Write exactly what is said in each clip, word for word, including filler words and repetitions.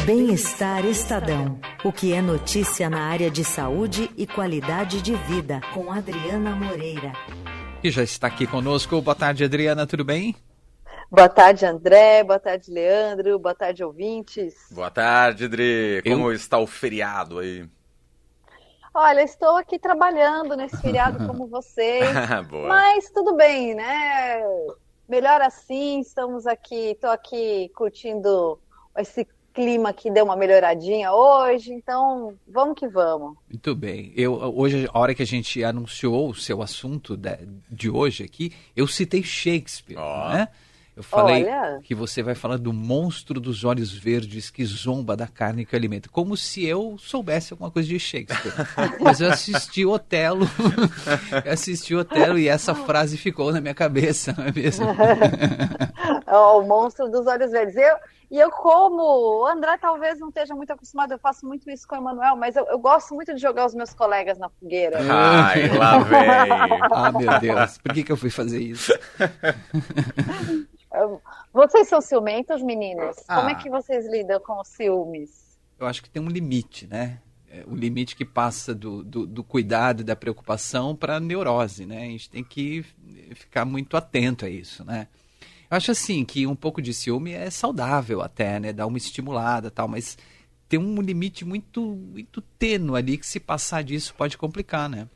Bem-Estar Estadão. O que é notícia na área de saúde e qualidade de vida, com Adriana Moreira. E já está aqui conosco. Boa tarde, Adriana, tudo bem? Boa tarde, André. Boa tarde, Leandro. Boa tarde, ouvintes. Boa tarde, Adri. Como Eu... está o feriado aí? Olha, estou aqui trabalhando nesse feriado como vocês, mas tudo bem, né? Melhor assim, estamos aqui, estou aqui curtindo esse clima que deu uma melhoradinha hoje, então vamos que vamos. Muito bem. Eu, hoje, a hora que a gente anunciou o seu assunto de, de hoje aqui, eu citei Shakespeare, oh. né? Eu falei Olha. que você vai falar do monstro dos olhos verdes que zomba da carne que alimenta. Como se eu soubesse alguma coisa de Shakespeare. Mas eu assisti Otelo, eu assisti Otelo e essa frase ficou na minha cabeça, não é mesmo? O monstro dos olhos verdes. Eu, e eu como, o André talvez não esteja muito acostumado, eu faço muito isso com o Emanuel, mas eu, eu gosto muito de jogar os meus colegas na fogueira. Ai, lá vem. Ah, meu Deus, por que, que eu fui fazer isso? Vocês são ciumentos, meninos? Ah, Como é que vocês lidam com os ciúmes? Eu acho que tem um limite, né? O limite que passa do, do, do cuidado e da preocupação para a neurose, né? A gente tem que ficar muito atento a isso, né? Eu acho assim que um pouco de ciúme é saudável até, né? Dá uma estimulada e tal, mas tem um limite muito, muito tênue ali que se passar disso pode complicar, né?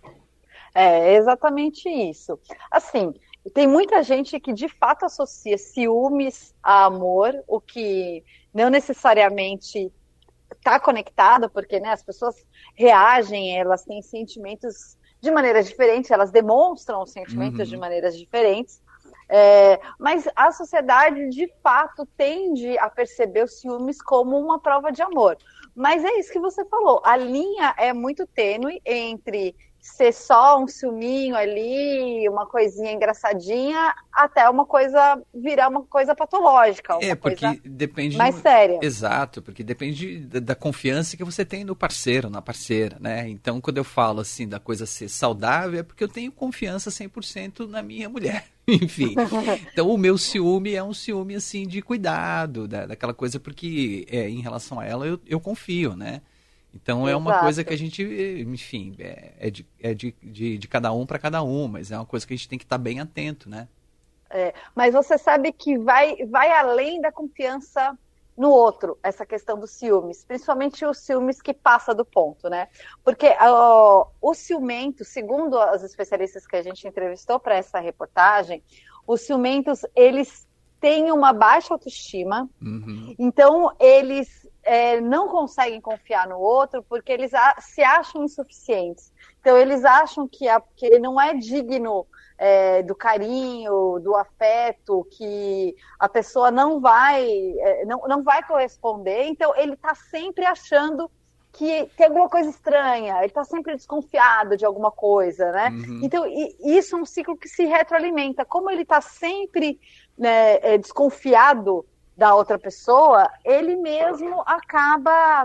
É exatamente isso. Assim, tem muita gente que de fato associa ciúmes a amor, o que não necessariamente está conectado, porque né, as pessoas reagem, elas têm sentimentos de maneiras diferentes, elas demonstram os sentimentos uhum. de maneiras diferentes, é, mas a sociedade de fato tende a perceber os ciúmes como uma prova de amor. Mas é isso que você falou, a linha é muito tênue entre ser só um ciúminho ali, uma coisinha engraçadinha, até uma coisa virar uma coisa patológica, uma é, porque coisa depende mais séria. Exato, porque depende da, da confiança que você tem no parceiro, na parceira, né? Então, quando eu falo assim da coisa ser saudável, é porque eu tenho confiança cem por cento na minha mulher. Enfim, então o meu ciúme é um ciúme assim de cuidado, da, daquela coisa porque é, em relação a ela eu, eu confio, né? Então é uma Exato. coisa que a gente, enfim, é, é, de, é de, de, de cada um para cada um, mas é uma coisa que a gente tem que estar bem atento, né? É, mas você sabe que vai, vai além da confiança no outro, essa questão dos ciúmes, principalmente os ciúmes que passa do ponto, né? Porque uh, o ciumento, segundo as especialistas que a gente entrevistou para essa reportagem, os ciumentos, eles têm uma baixa autoestima, uhum. então eles É, não conseguem confiar no outro porque eles a, se acham insuficientes. Então, eles acham que, a, que ele não é digno é, do carinho, do afeto, que a pessoa não vai, é, não, não vai corresponder. Então, ele está sempre achando que tem alguma coisa estranha, ele está sempre desconfiado de alguma coisa, né? Uhum. Então, e, isso é um ciclo que se retroalimenta. Como ele está sempre né, é, desconfiado da outra pessoa, ele mesmo acaba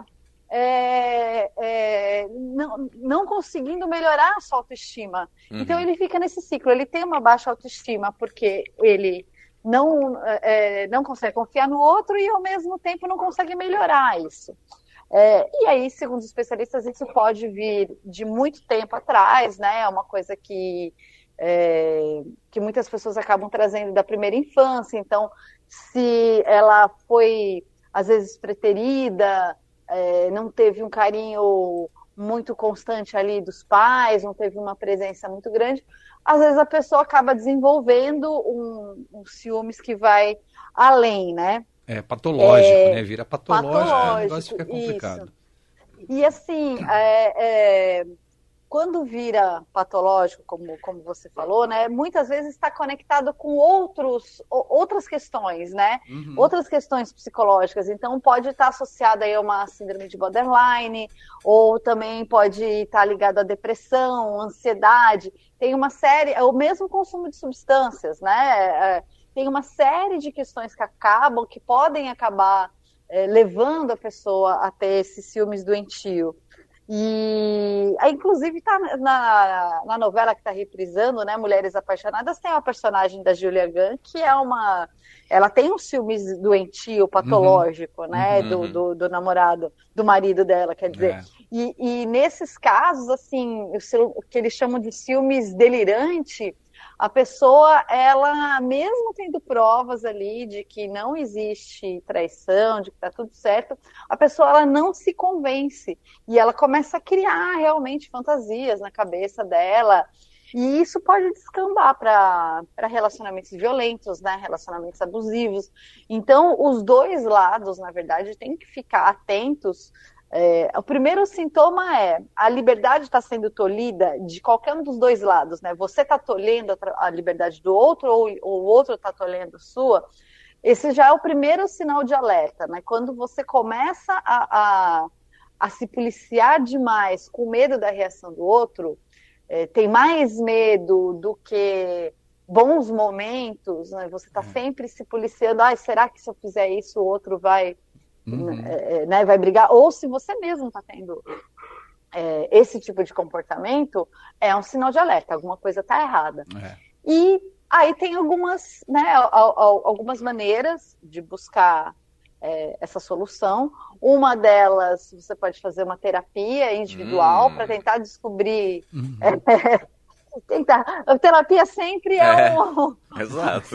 é, é, não, não conseguindo melhorar a sua autoestima. Uhum. Então ele fica nesse ciclo, ele tem uma baixa autoestima porque ele não, é, não consegue confiar no outro e ao mesmo tempo não consegue melhorar isso. É, e aí, segundo os especialistas, isso pode vir de muito tempo atrás, né? É uma coisa que, é, que muitas pessoas acabam trazendo da primeira infância, então se ela foi, às vezes, preterida, é, não teve um carinho muito constante ali dos pais, não teve uma presença muito grande, às vezes a pessoa acaba desenvolvendo um, um ciúmes que vai além, né? É patológico, é, né? Vira patológico, patológico o negócio fica complicado. Isso. E assim, é, é, quando vira patológico, como, como você falou, né, muitas vezes está conectado com outros, outras questões, né? Uhum. Outras questões psicológicas. Então, pode estar associado aí a uma síndrome de borderline, ou também pode estar ligado à depressão, ansiedade. Tem uma série, é o mesmo consumo de substâncias, né? É, tem uma série de questões que acabam, que podem acabar é, levando a pessoa a ter esse ciúmes doentio. E aí, inclusive, tá na, na novela que está reprisando, né, Mulheres Apaixonadas, tem uma personagem da Julia Gunn, que é uma... Ela tem um ciúmes doentio, patológico, uhum. né, uhum. Do, do, do namorado, do marido dela, quer dizer. É. E, e nesses casos, assim, o que eles chamam de ciúmes delirante, a pessoa, ela, mesmo tendo provas ali de que não existe traição, de que está tudo certo, a pessoa, ela não se convence. E ela começa a criar realmente fantasias na cabeça dela. E isso pode descambar para relacionamentos violentos, né? Relacionamentos abusivos. Então, os dois lados, na verdade, têm que ficar atentos. É, o primeiro sintoma é a liberdade está sendo tolhida de qualquer um dos dois lados, né? Você está tolhendo a, a liberdade do outro ou, ou o outro está tolhendo a sua. Esse já é o primeiro sinal de alerta, né? Quando você começa a, a, a se policiar demais com medo da reação do outro, é, tem mais medo do que bons momentos, né? Você está sempre se policiando. Ah, será que se eu fizer isso o outro vai... Uhum. Né, vai brigar, ou se você mesmo está tendo é, esse tipo de comportamento, é um sinal de alerta, alguma coisa está errada. É. E aí tem algumas, né, algumas maneiras de buscar é, essa solução. Uma delas, você pode fazer uma terapia individual hum. para tentar descobrir... Uhum. É, tentar. A terapia sempre é, é um... Exato.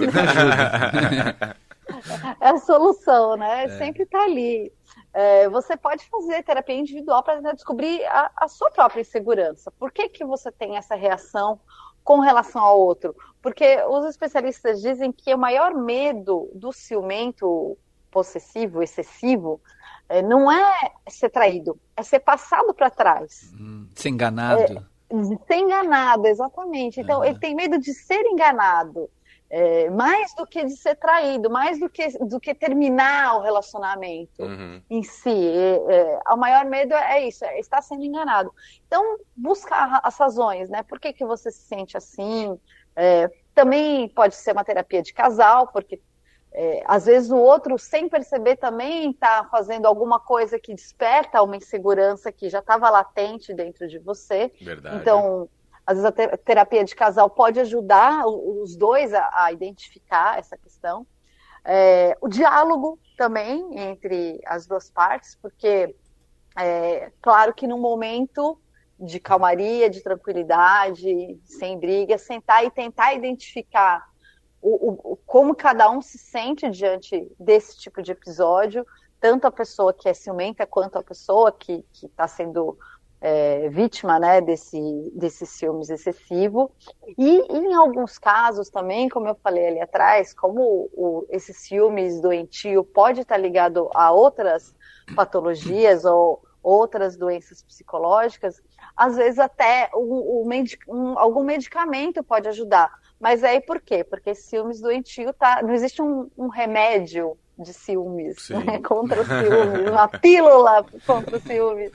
É a solução, né? É. Sempre tá ali. É, você pode fazer terapia individual para tentar descobrir a, a sua própria insegurança. Por que que você tem essa reação com relação ao outro? Porque os especialistas dizem que o maior medo do ciumento possessivo, excessivo, é, não é ser traído, é ser passado para trás. Hum, ser enganado. É, ser enganado, exatamente. Então, uhum. ele tem medo de ser enganado. É, mais do que de ser traído, mais do que, do que terminar o relacionamento uhum. em si. É, é, o maior medo é isso, é estar sendo enganado. Então, buscar as razões, né? Por que que você se sente assim? É, também pode ser uma terapia de casal, porque é, às vezes o outro, sem perceber, também está fazendo alguma coisa que desperta uma insegurança que já estava latente dentro de você. Verdade. Então... Às vezes a terapia de casal pode ajudar os dois a, a identificar essa questão. É, o diálogo também entre as duas partes, porque é claro que num momento de calmaria, de tranquilidade, sem briga, sentar e tentar identificar o, o, como cada um se sente diante desse tipo de episódio, tanto a pessoa que é ciumenta quanto a pessoa que está sendo... É, vítima, né, desse, desse ciúmes excessivo. E em alguns casos também, como eu falei ali atrás, como o, esse ciúmes doentio pode estar ligado a outras patologias ou outras doenças psicológicas, às vezes até o, o medic, um, algum medicamento pode ajudar. Mas aí por quê? Porque ciúmes doentio tá, não existe um, um remédio de ciúmes, né, contra o ciúmes, uma pílula contra o ciúmes.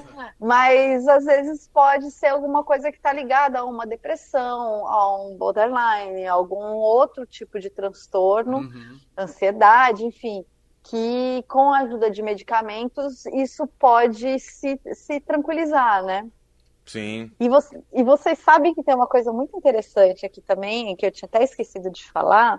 Mas, às vezes, pode ser alguma coisa que está ligada a uma depressão, a um borderline, a algum outro tipo de transtorno, uhum. ansiedade, enfim, que com a ajuda de medicamentos, isso pode se, se tranquilizar, né? Sim. E, você, e vocês sabem que tem uma coisa muito interessante aqui também, que eu tinha até esquecido de falar,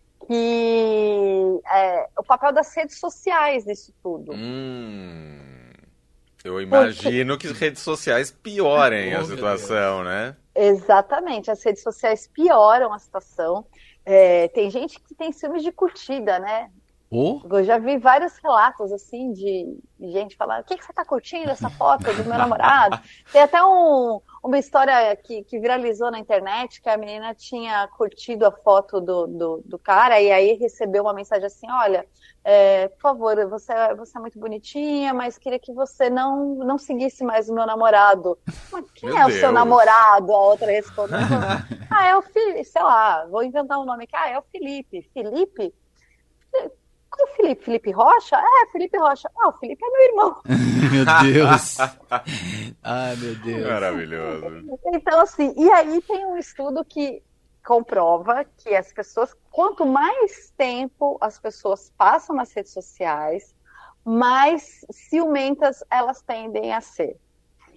que é o papel das redes sociais nisso tudo. Hum, eu imagino Porque... que as redes sociais piorem oh, a situação, né? Exatamente, as redes sociais pioram a situação. É, tem gente que tem ciúmes de curtida, né? Oh? Eu já vi vários relatos, assim, de gente falando, o que, que você tá curtindo essa foto do meu namorado? Tem até um, uma história que, que viralizou na internet, que a menina tinha curtido a foto do, do, do cara, e aí recebeu uma mensagem assim, olha, é, por favor, você, você é muito bonitinha, mas queria que você não, não seguisse mais o meu namorado. Mas quem meu é Deus. O seu namorado? A outra respondeu, ah, é o Felipe, sei lá, vou inventar um nome aqui, ah, é o Felipe. Felipe? Qual é o Felipe? Felipe Rocha? É, Felipe Rocha. Ah, o Felipe é meu irmão. Meu Deus. Ai, meu Deus. Maravilhoso. Então, assim, e aí tem um estudo que comprova que as pessoas, quanto mais tempo as pessoas passam nas redes sociais, mais ciumentas elas tendem a ser.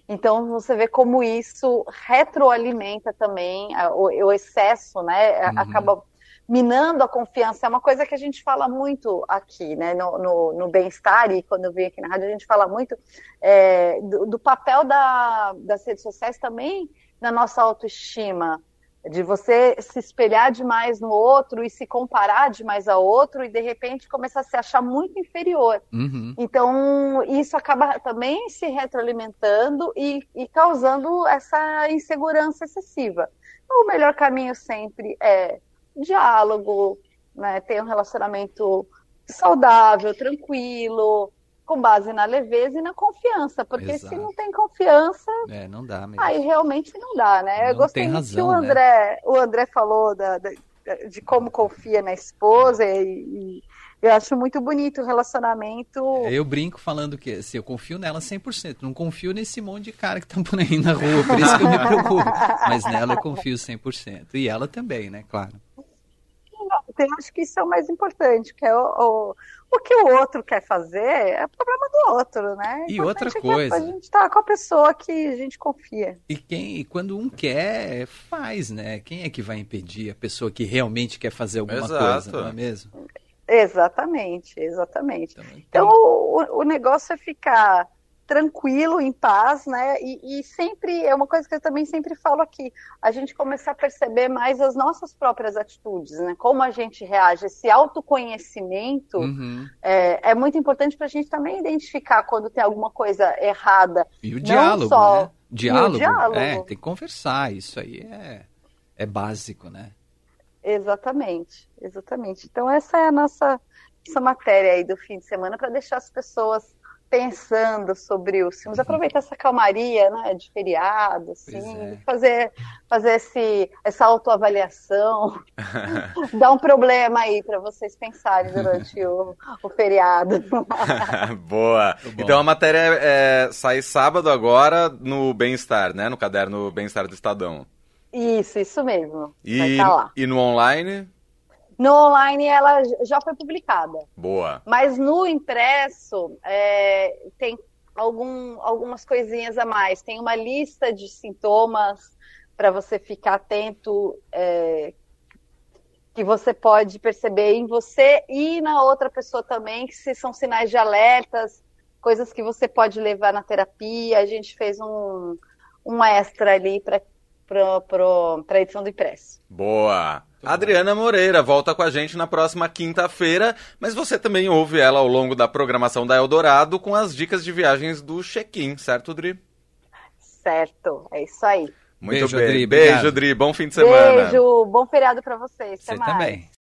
Então, você vê como isso retroalimenta também o, o excesso, né? Uhum. Acaba minando a confiança. É uma coisa que a gente fala muito aqui, né? No, no, no bem-estar, e quando eu vim aqui na rádio, a gente fala muito é, do, do papel da, das redes sociais também na nossa autoestima, de você se espelhar demais no outro e se comparar demais ao outro e, de repente, começar a se achar muito inferior. Uhum. Então, isso acaba também se retroalimentando e, e causando essa insegurança excessiva. Então, o melhor caminho sempre é diálogo, né, ter um relacionamento saudável, tranquilo, com base na leveza e na confiança, porque Exato. Se não tem confiança, é, não dá mesmo. Aí realmente não dá, né? Não Eu gostei tem muito razão, que o André, né? o André falou da, da, de como confia na esposa e, e eu acho muito bonito o relacionamento. Eu brinco falando que assim, eu confio nela cem por cento, não confio nesse monte de cara que tá por aí na rua, por isso que eu me preocupo, mas nela eu confio cem por cento, e ela também, né, claro. Eu acho que isso é o mais importante, que é o, o, o que o outro quer fazer é problema do outro, né? E outra coisa, é a gente tá com a pessoa que a gente confia. E quem, e quando um quer, faz, né? Quem é que vai impedir a pessoa que realmente quer fazer alguma Exato. coisa, não é mesmo? Exatamente, exatamente. Então, então... então o, o negócio é ficar tranquilo, em paz, né? E, e sempre, é uma coisa que eu também sempre falo aqui, a gente começar a perceber mais as nossas próprias atitudes, né? Como a gente reage, esse autoconhecimento uhum. é, é muito importante para a gente também identificar quando tem alguma coisa errada. E o diálogo, só... né? Diálogo, o diálogo. É, tem que conversar, isso aí é, é básico, né? Exatamente, exatamente. Então essa é a nossa, essa matéria aí do fim de semana para deixar as pessoas pensando sobre os filmes, aproveitar essa calmaria, né, de feriado, assim, é. fazer, fazer esse, essa autoavaliação, dá um problema aí para vocês pensarem durante o, o feriado. Boa! Então a matéria é, sai sábado agora no Bem-Estar, né, no caderno Bem-Estar do Estadão. Isso, isso mesmo. E, vai estar lá. E no online? No online ela já foi publicada. Boa. Mas no impresso é, tem algum, algumas coisinhas a mais. Tem uma lista de sintomas para você ficar atento, é, que você pode perceber em você e na outra pessoa também, que se são sinais de alertas, coisas que você pode levar na terapia. A gente fez um, um extra ali para a edição do impresso. Boa! Adriana Moreira volta com a gente na próxima quinta-feira, mas você também ouve ela ao longo da programação da Eldorado com as dicas de viagens do Check-in, certo, Dri? Certo, é isso aí. Muito Beijo, bem. Dri, Beijo, obrigado. Dri. Bom fim de semana. Beijo, bom feriado para vocês. Até Você mais. também.